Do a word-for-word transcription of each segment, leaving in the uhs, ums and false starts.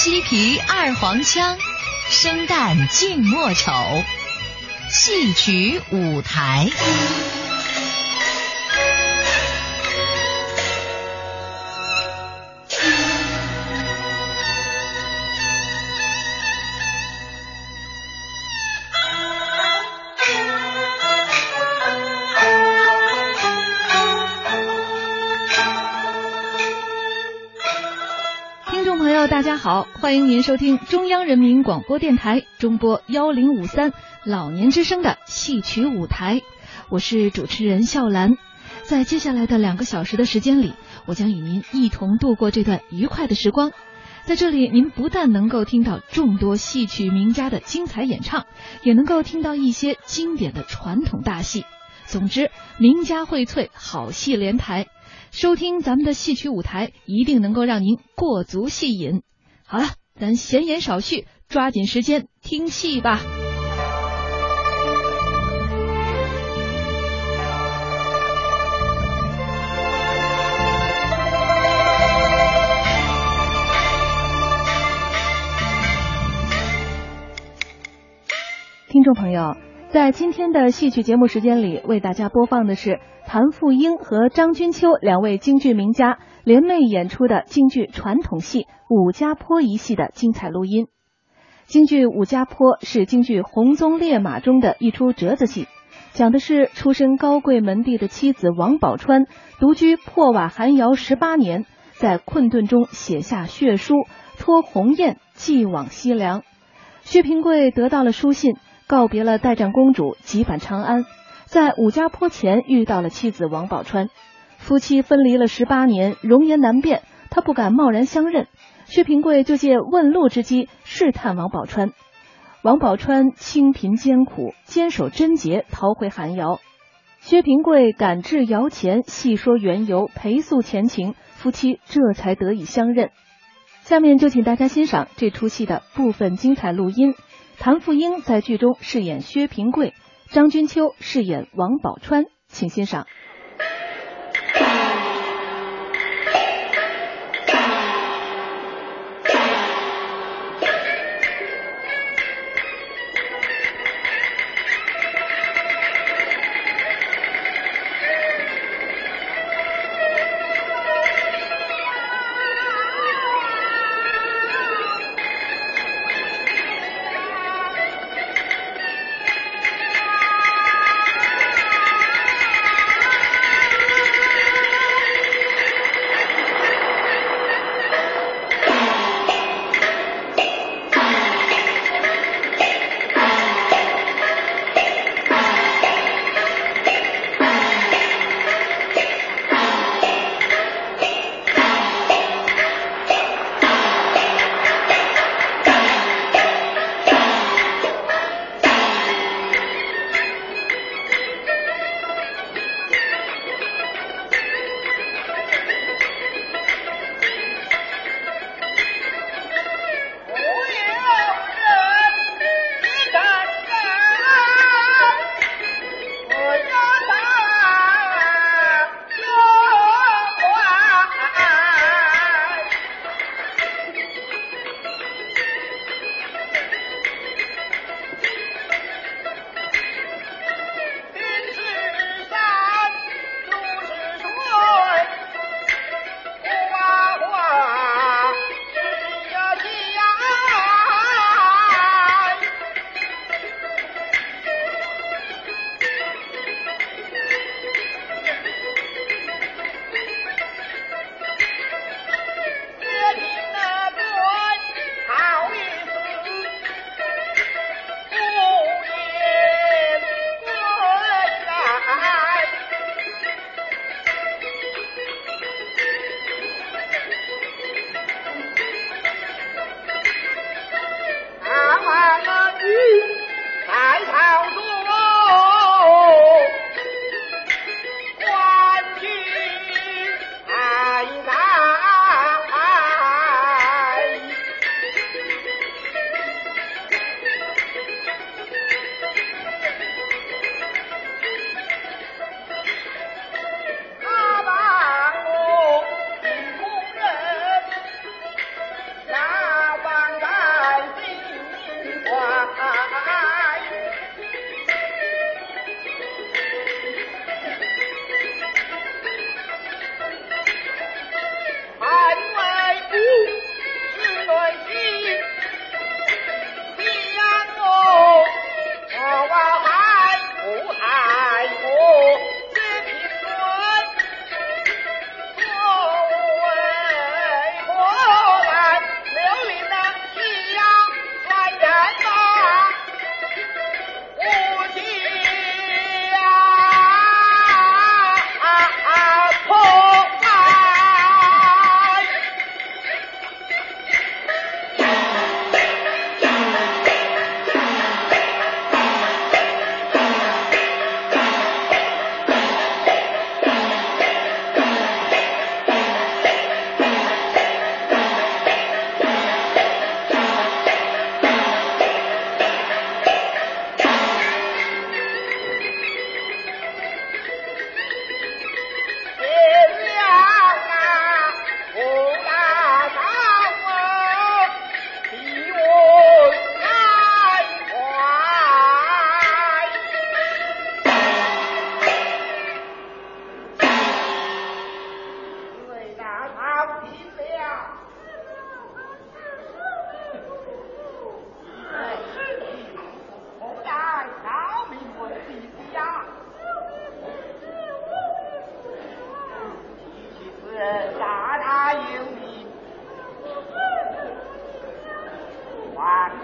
西皮二黄腔，生旦净末丑，戏曲舞台。 大家好，欢迎您收听中央人民广播电台中波幺零五三老年之声的戏曲舞台，我是主持人笑兰。在接下来的两个小时的时间里，我将与您一同度过这段愉快的时光。在这里，您不但能够听到众多戏曲名家的精彩演唱，也能够听到一些经典的传统大戏。总之，名家荟萃，好戏连台。收听咱们的戏曲舞台，一定能够让您过足戏瘾。好了，咱闲言少叙，抓紧时间听戏吧。听众朋友，在今天的戏曲节目时间里，为大家播放的是谭富英和张君秋两位京剧名家联袂演出的京剧传统戏《武家坡》一戏的精彩录音。京剧《武家坡》是京剧《红鬃烈马》中的一出折子戏，讲的是出身高贵门第的妻子王宝钏独居破瓦寒窑十八年，在困顿中写下血书，托鸿雁寄往西凉。薛平贵得到了书信，告别了代战公主，急返长安，在武家坡前遇到了妻子王宝钏。夫妻分离了十八年，容颜难辨，他不敢贸然相认。薛平贵就借问路之机试探王宝钏。王宝钏清贫艰苦，坚守贞节，逃回寒窑。薛平贵赶至窑前，细说缘由，陪诉前情，夫妻这才得以相认。下面就请大家欣赏这出戏的部分精彩录音。谭富英在剧中饰演薛平贵，张君秋饰演王宝钏，请欣赏。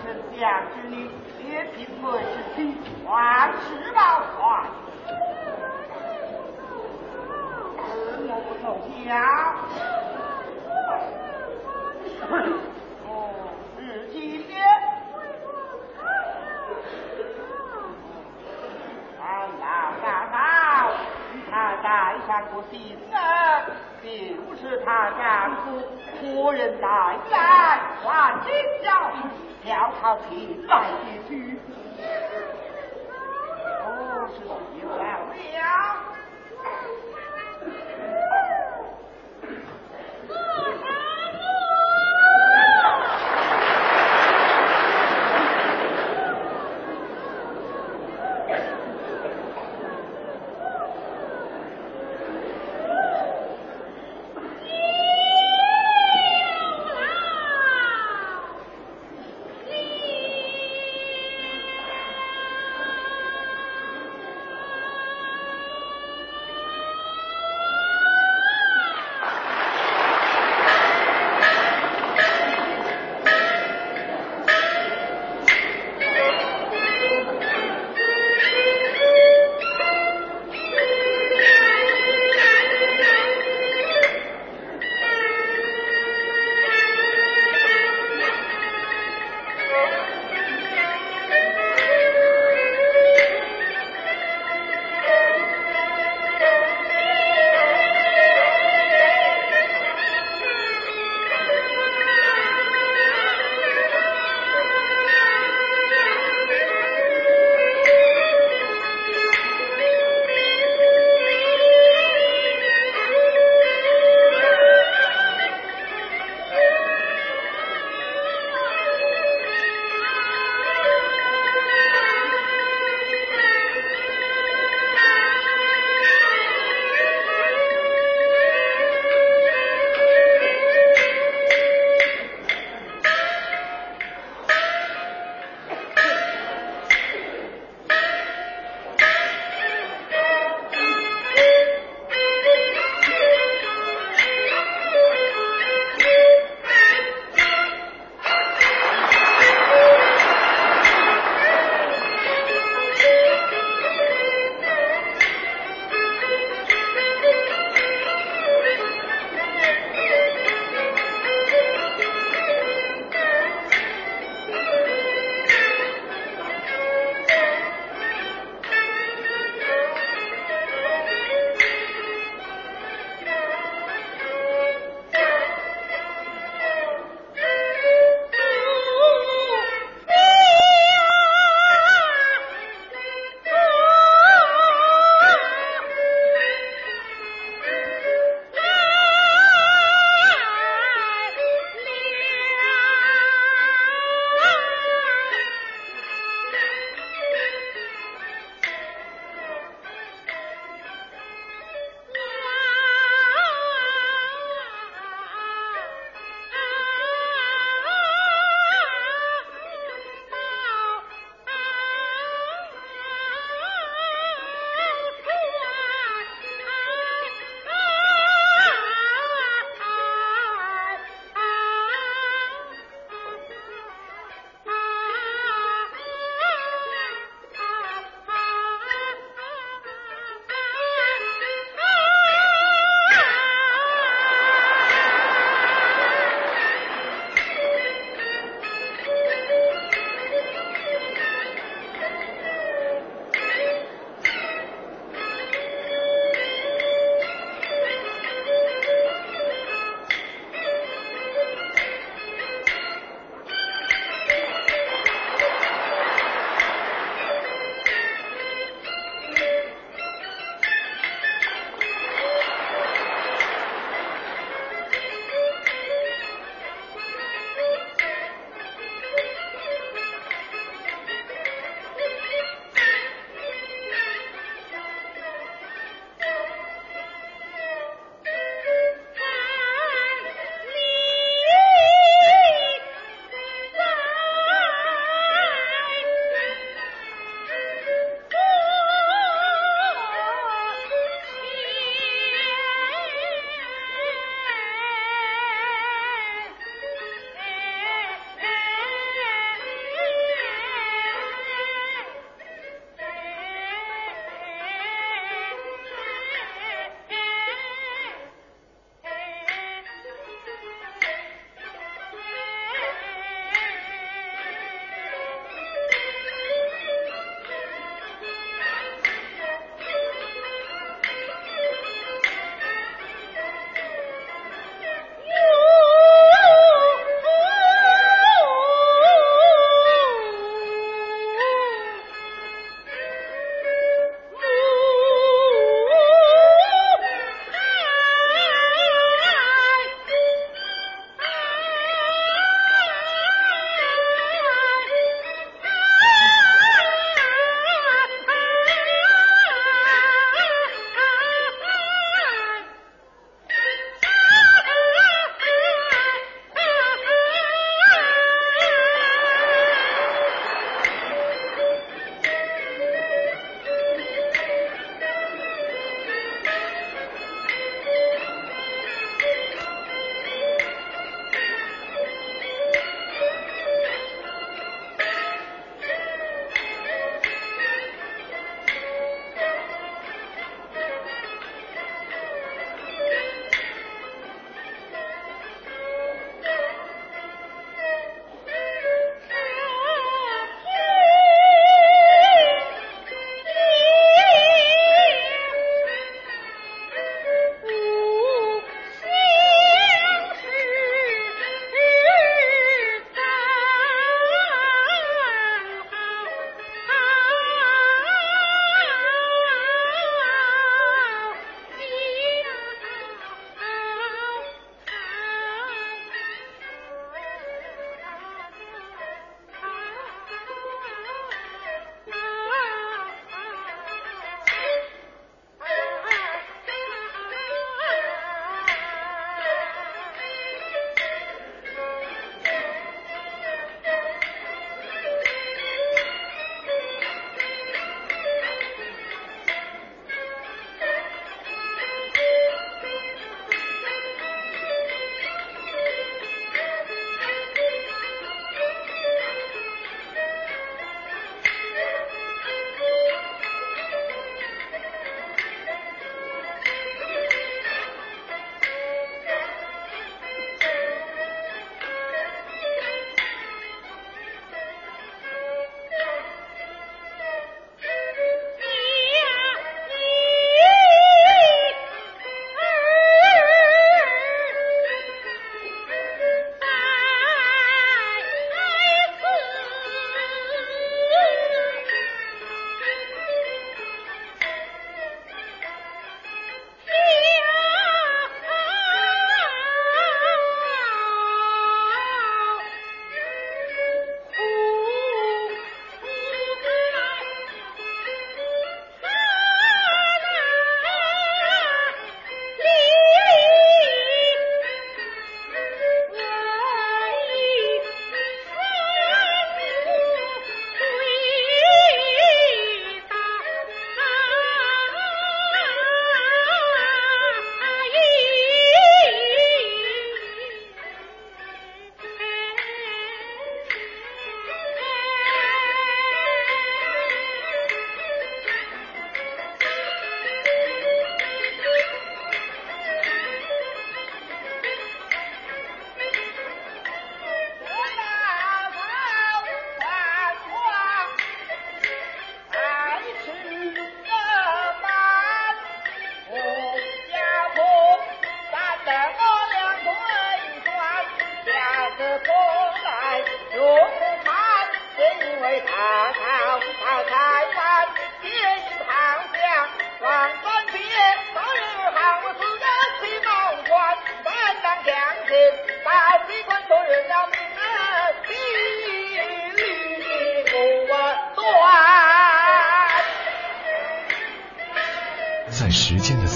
丞相之女，也并非是听话吃吧话。子母从家，哦，日期间，哎呀，大嫂，他带上个新人，并不是他丈夫托人带来，还请教要靠前来解决。哦，是有了了。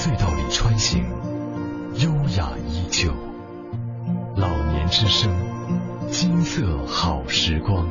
隧道里穿行，优雅依旧。老年之声，金色好时光。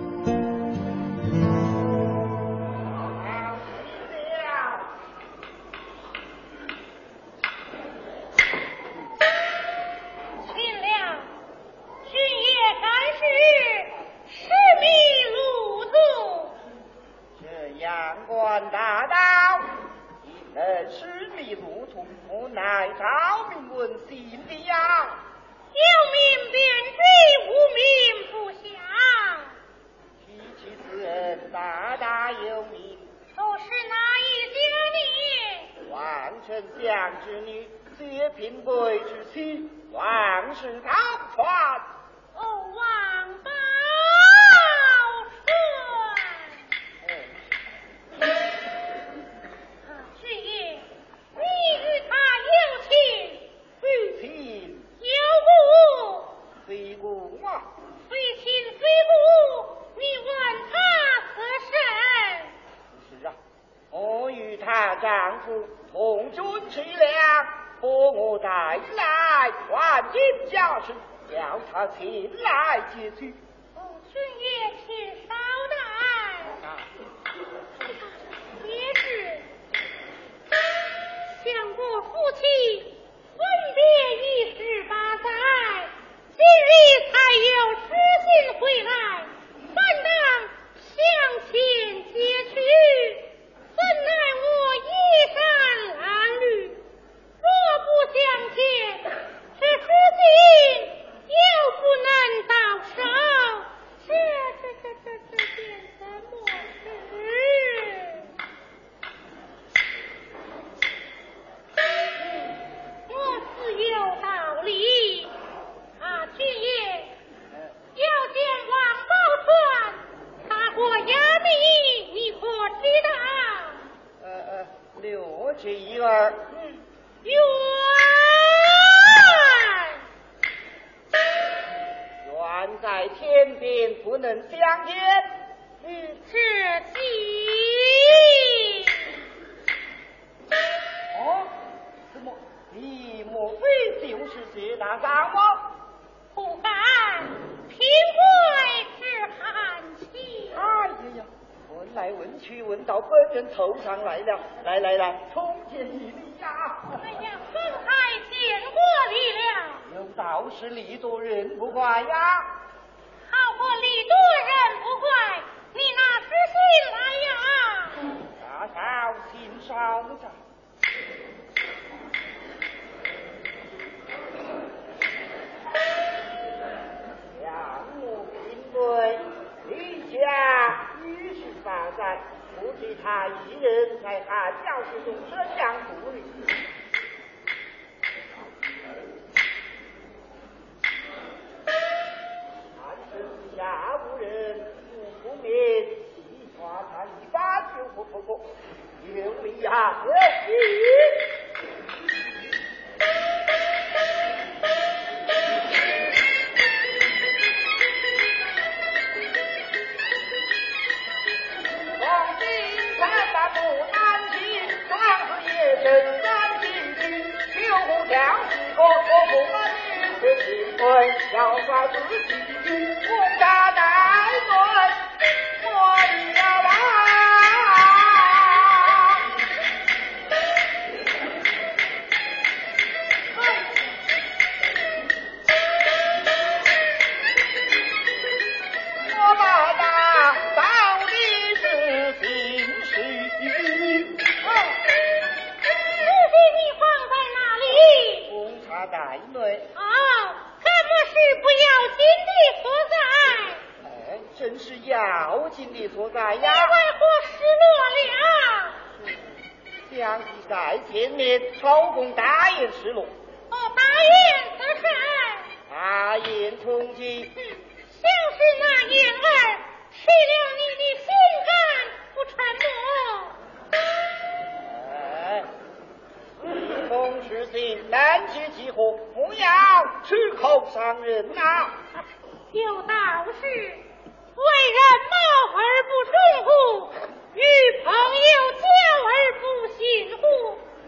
有道是，为人貌而不忠乎？与朋友交而不信乎？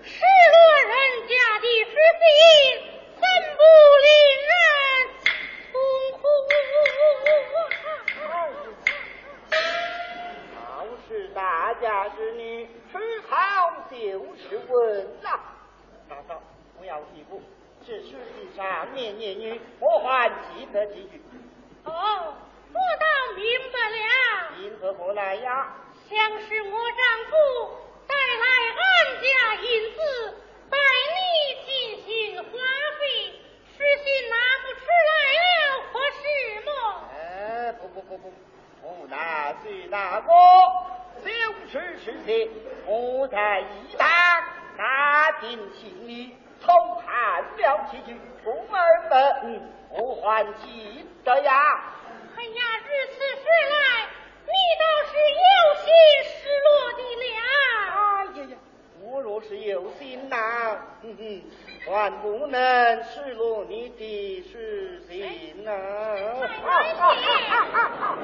失落人家的知心，怎不令人痛苦？ 好是大家之女，吃好就是稳呐。大嫂，不要提过，这世界上年年女，我还记得几句。 哦，我倒明白了。 因何何来呀？ 像是我丈夫带来俺家银子，带你进行花费，实心拿不出来了，可是么？ 哎，不不不不，不拿罪拿过，就是事情，我在一当打定心里，偷看了几句，出门门，我还记得呀。 哎呀，如此说来，你倒是有心失落的了。 哎呀呀，我若是有心呐，哼哼，还不能失落你的实心呐。 哎呀，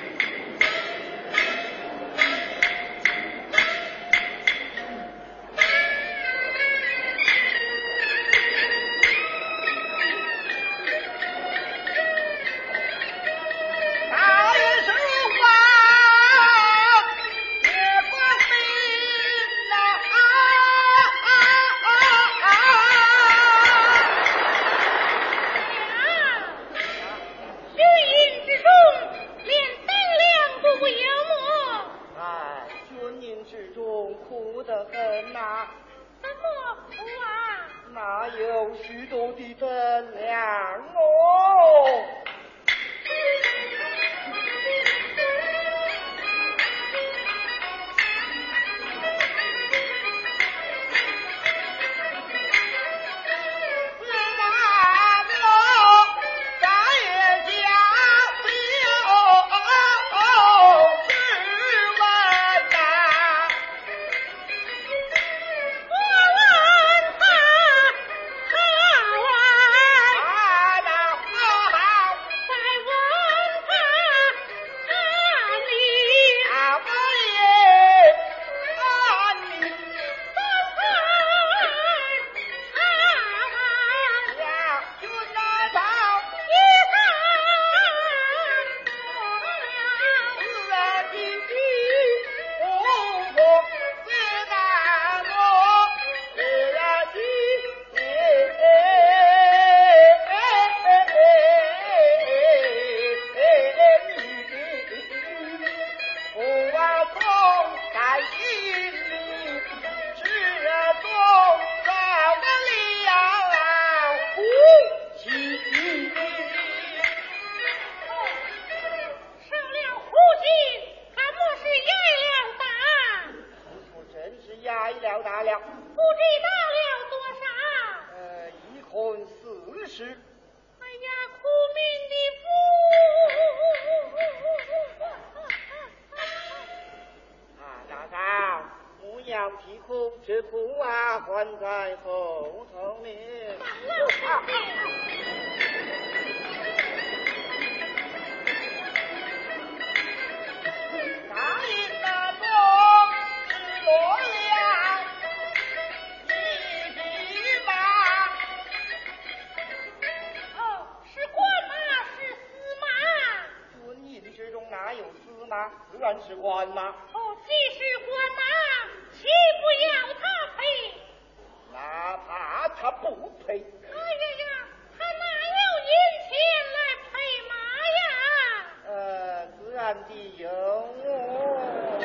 自然是官马。 哦，既是官马，岂不要他赔？ 哪怕他不赔。哎呀呀，他哪有银钱来赔马呀？ 呃，自然的有哦。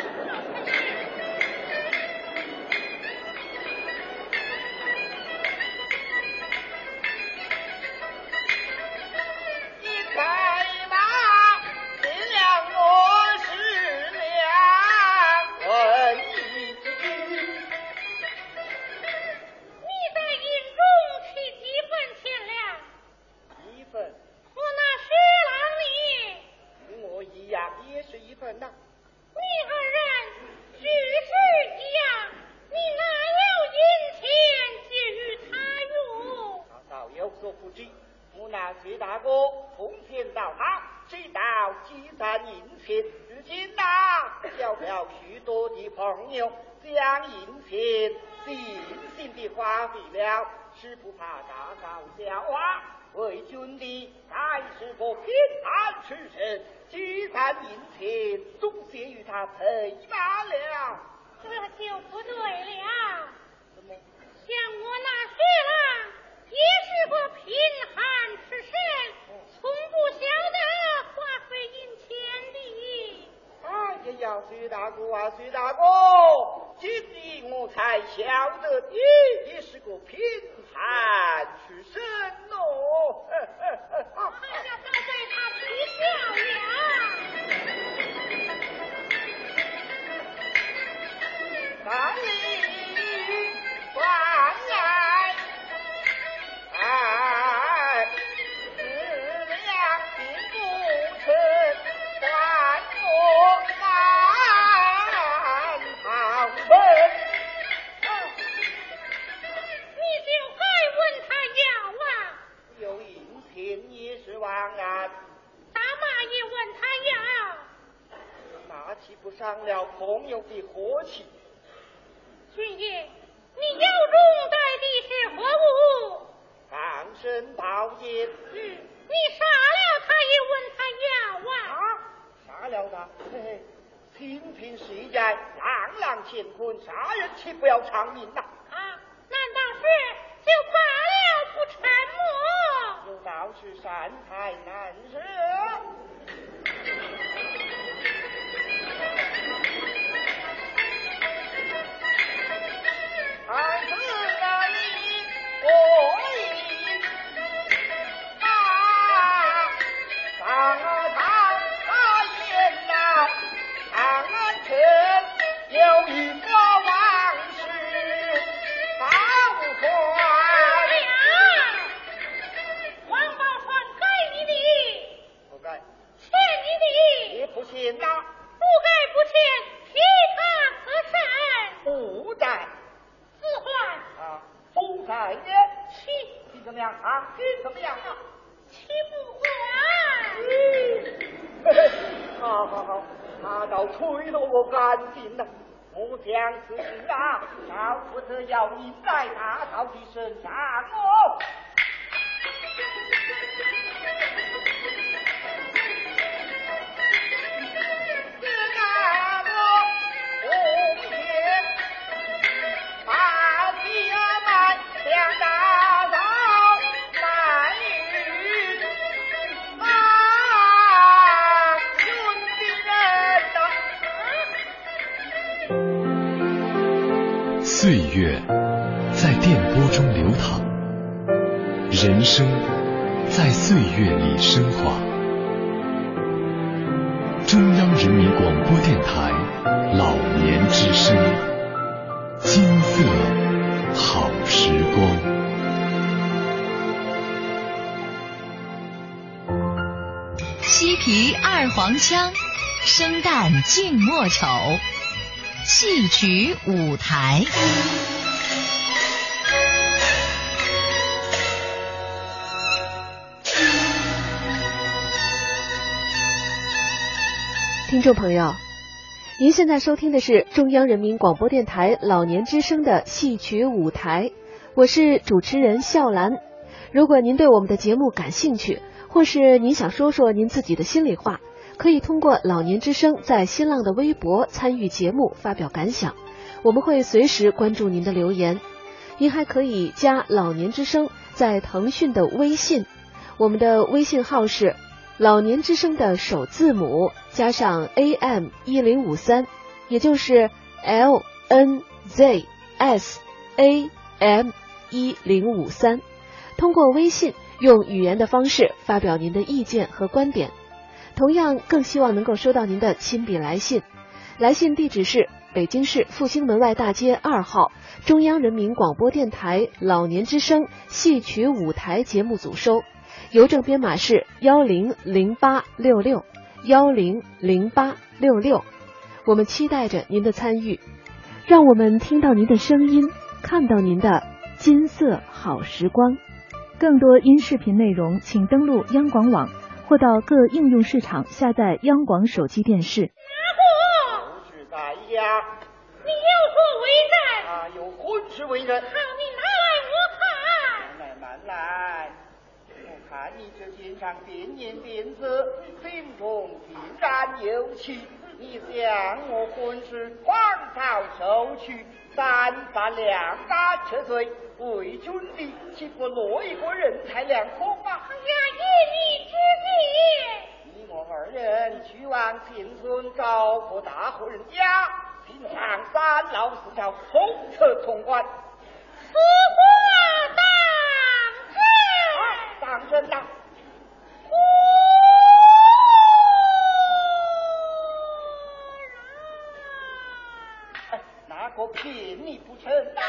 薛大哥从前到他，直到积攒银钱，如今呐、啊，交了许多的朋友，将银钱尽心的花费了，是不怕大嫂笑话。为君的才是个平安之人，积攒银钱，总先与他赔罢了。 这就不对了。 怎么？ 像我那薛郎也是个贫寒之身，从不晓得花费银钱的。 哎呀呀，徐大哥啊，徐大哥，今日我才晓得你也是个贫寒之身哦。 哎呀，都被他取笑了。 万里万来，哎，四两金不成，万国难逃本。 你就该问他要啊。 有银钱也是万安， 大妈也问他要。 那岂不伤了朋友的和气？ 军爷，你腰中带的是何物？ 防身宝剑。 嗯，你杀了他也问他要啊？ 啊，杀了他？嘿嘿，清平是一件朗朗乾坤，杀人岂不要偿命呐？ 啊，难道是就罢了不沉默？ 有道是善财难舍。孩子那里我已啊，上堂大言呐，长安城有一个王氏宝钏。 王宝钏该你的， 不该， 欠你的， 你不信呐？ 不该不欠，其他可甚？ 不在自换啊，不在也。 其你怎么样啊？你怎么样啊？ 其不换。 嘿嘿，好好好，他倒吹得我干净了。不讲此事啊，少不得要你在大嫂的身上哦。这那么红颜，把妻儿们向大嫂来与啊，君的人呐。 岁月在电波中流淌，人生在岁月里升华。中央人民广播电台老年之声，金色好时光。 西皮二黄腔，生旦净末丑，戏曲舞台。 听众朋友，您现在收听的是中央人民广播电台老年之声的戏曲舞台，我是主持人笑兰。如果您对我们的节目感兴趣，或是您想说说您自己的心里话，可以通过老年之声在新浪的微博参与节目发表感想，我们会随时关注您的留言。您还可以加老年之声在腾讯的微信，我们的微信号是老年之声的首字母加上 A M 一零五三，也就是 L N Z S A M 一零五三。通过微信用语言的方式发表您的意见和观点，同样更希望能够收到您的亲笔来信。来信地址是北京市复兴门外大街二号中央人民广播电台老年之声戏曲舞台节目组收，邮政编码是幺零零八六六幺零零八六六。我们期待着您的参与，让我们听到您的声音，看到您的金色好时光。更多音视频内容，请登录央广网。 或到各应用市场下载央广手机电视。 拿货！ 不是在家。 你有所为人？ 啊，有婚事为人。 好，你拿来我看。 慢来，慢来。我看你这肩上变颜变色，心中竟然有气。你将我婚事荒草收取，三番两打撤退，为君的岂不落一个人财两空吗？ 哎呀，依你之你我二人去往秦村找个大户人家，品尝三老四少，同车同欢。 此话当真？ 当真啦！哪个骗你不成啊？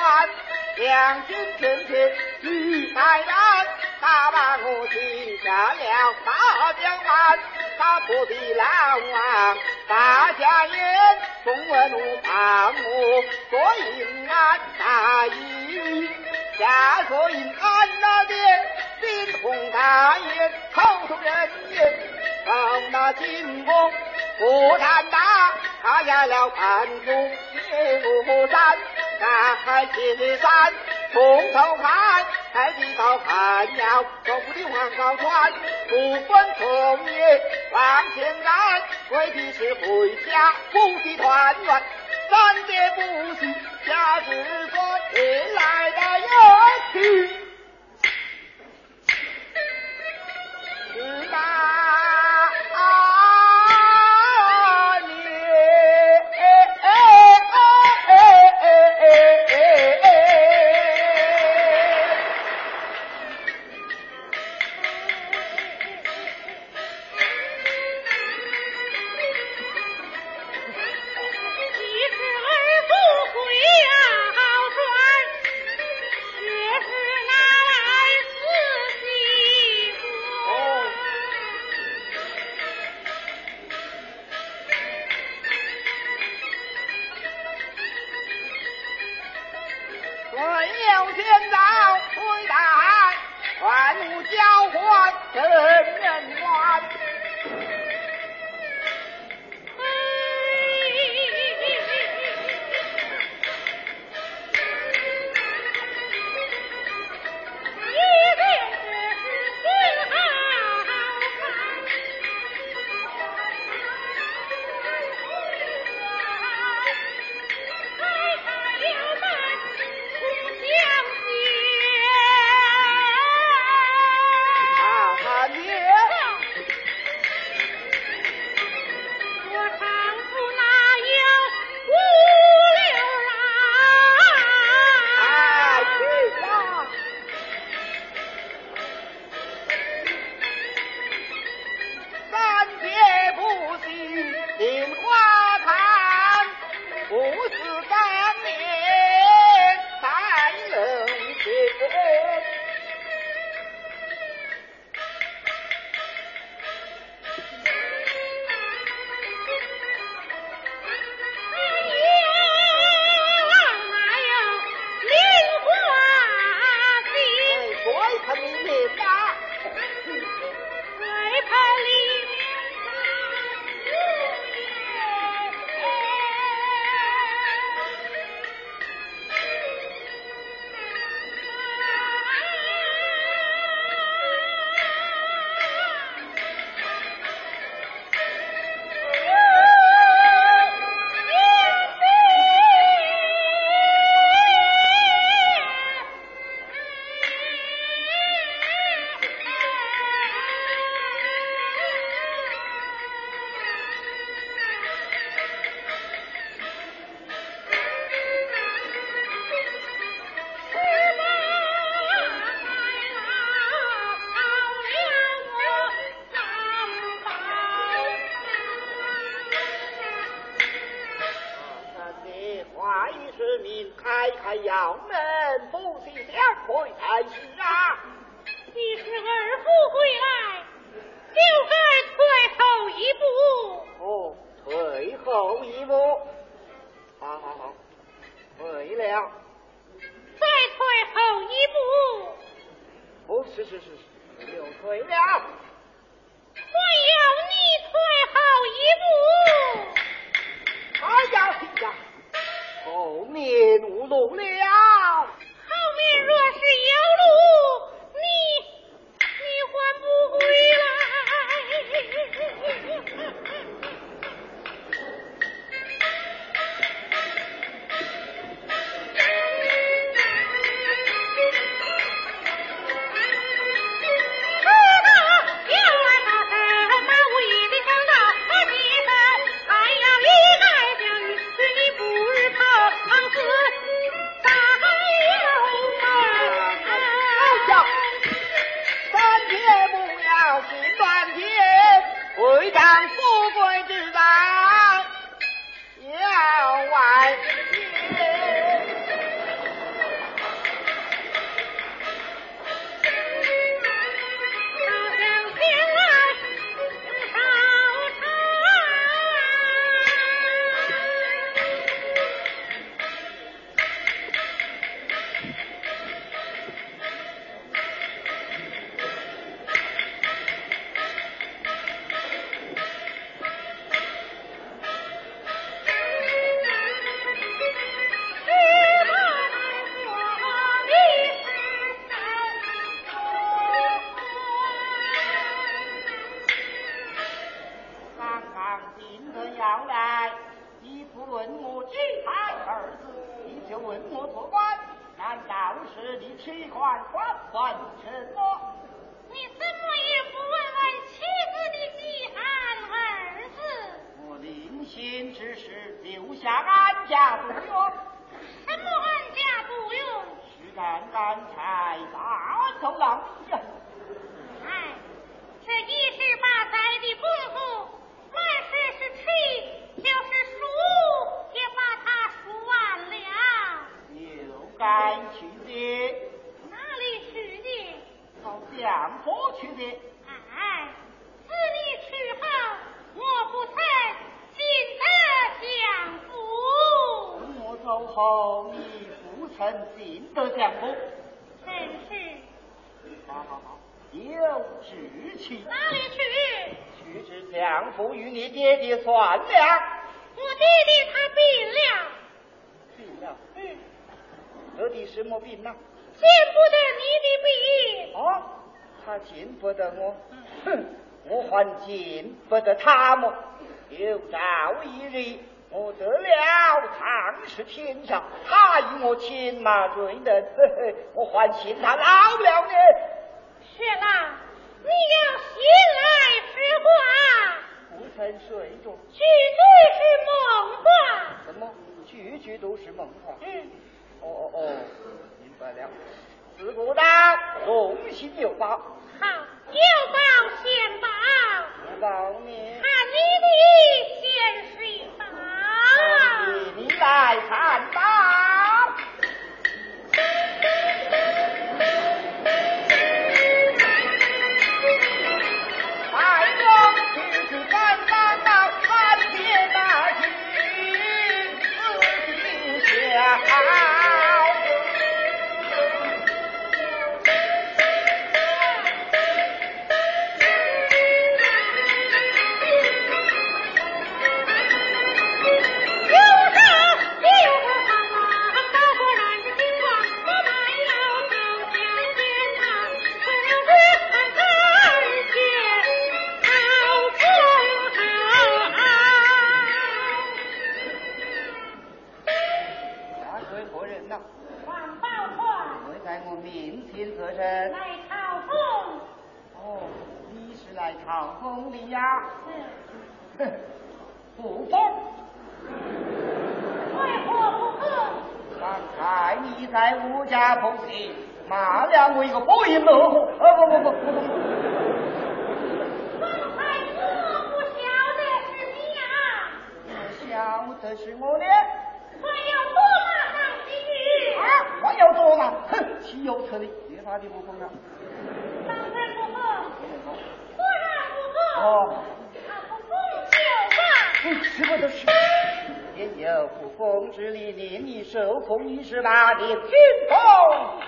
万，两军前前去泰然，他把我停下了大江湾，他破的狼王大家言，众文武帮我所以安大义，下所以安那点兵统大业，口头人言，到那进攻不但大，他下了盘中铁路山，大海铁山从头看，海底到看了手扶的黄高船，不分从业往前赶，为的是回家夫妻团圆，三界不息下之说前来的有情是那你，你还不归来？ 刚刚定得要来，你不问我几台儿子，你就问我做官，难道是你取款还还什么？ 你怎么也不问问妻子的几寒儿子？ 我临行之时留下安家不用。 什么安家不用？ 是干干才大走廊呀！ 哎，这一十八载的功夫，万事是吹，就是数，也把它数完了。 又该去的， 哪里去的？ 到相府去的。 哎，自你去后，我不曾进得相府。 我走后，你不曾进得相府。 真是。 好好好，有志气。 哪里去？ 去至相府与你爹爹算账。 我爹爹他病了。 病了？ 嗯。 得的什么病呢？ 见不得你的病。 哦，他见不得我。哼，我还见不得他么？有朝一日，我得了唐氏天下，他与我牵马追人，嘿嘿，我还嫌他老了呢。 雪郎，你要醒来吃话。 不曾睡着。 句句是梦话。 什么？句句都是梦话。 嗯。 哦哦哦，明白了。自古道，忠心有报。 好，有报先报。 不报你。 看你的先水报。 你来看报。哎呦，去去赶忙到参天大厅，仔细下。朝奉的呀， 是， 不奉。 为何不奉？ 刚才你在吴家碰见，骂了我一个不亦乐乎。啊不不不不不。 刚才我不晓得是你啊。 我晓得是我的。 还要多骂上几句。 啊，还要多骂？哼，岂有此理！越发的不奉啊。 当然不奉。 哦， 他不奉就罢。 嗯，是不得是。也有不奉之理，令你受封一十八的军功。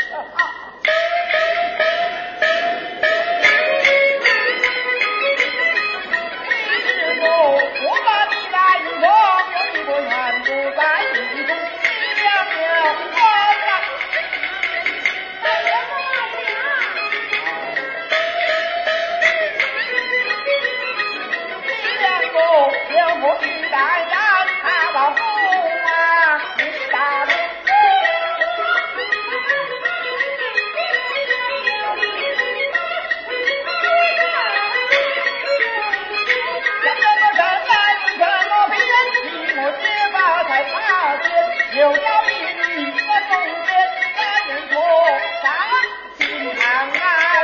是我我把你来用，有一个男子在狱中两了光了。 来什么来呀？ 两个一代人，他老公啊，你大人。什么人来什么边，替我结发在大街，有朝一日你在中间，三人坐上金堂啊。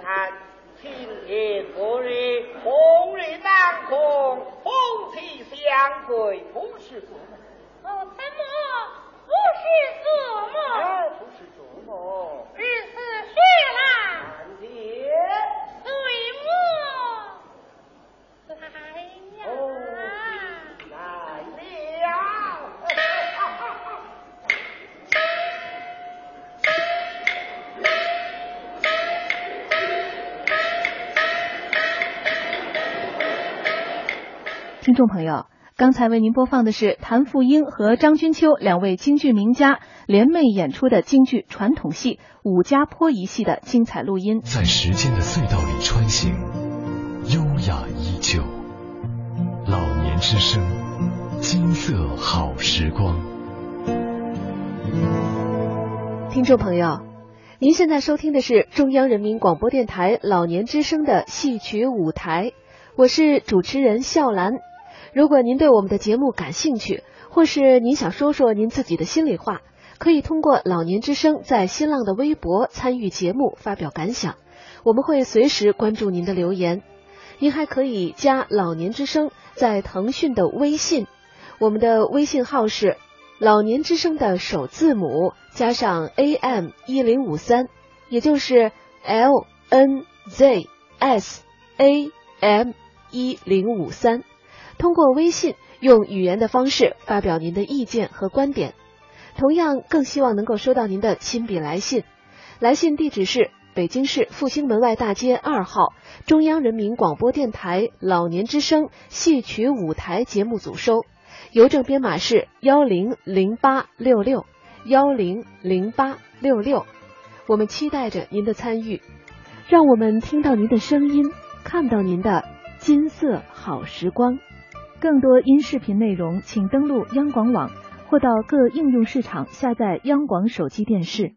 看，青天白日，红日当空，风起相对，不是做梦。 哦，怎么不是做梦？ 哎，不是做梦。 日子学来， 看见。 对我来呀。 哦，来了。 听众朋友，刚才为您播放的是谭富英和张君秋两位京剧名家联袂演出的京剧传统戏《武家坡一戏》的精彩录音。 在时间的隧道里穿行，优雅依旧。老年之声，金色好时光。 听众朋友，您现在收听的是中央人民广播电台老年之声的戏曲舞台，我是主持人笑兰。如果您对我们的节目感兴趣，或是您想说说您自己的心里话，可以通过老年之声在新浪的微博参与节目发表感想，我们会随时关注您的留言。您还可以加老年之声在腾讯的微信，我们的微信号是老年之声的首字母加上 A M 一零五三，也就是 L N Z S A M 一零五三。通过微信用语言的方式发表您的意见和观点，同样更希望能够收到您的亲笔来信。来信地址是北京市复兴门外大街二号中央人民广播电台老年之声戏曲舞台节目组收，邮政编码是幺零零八六六幺零零八六六。我们期待着您的参与，让我们听到您的声音，看到您的金色好时光。 更多音视频内容，请登录央广网或到各应用市场下载央广手机电视。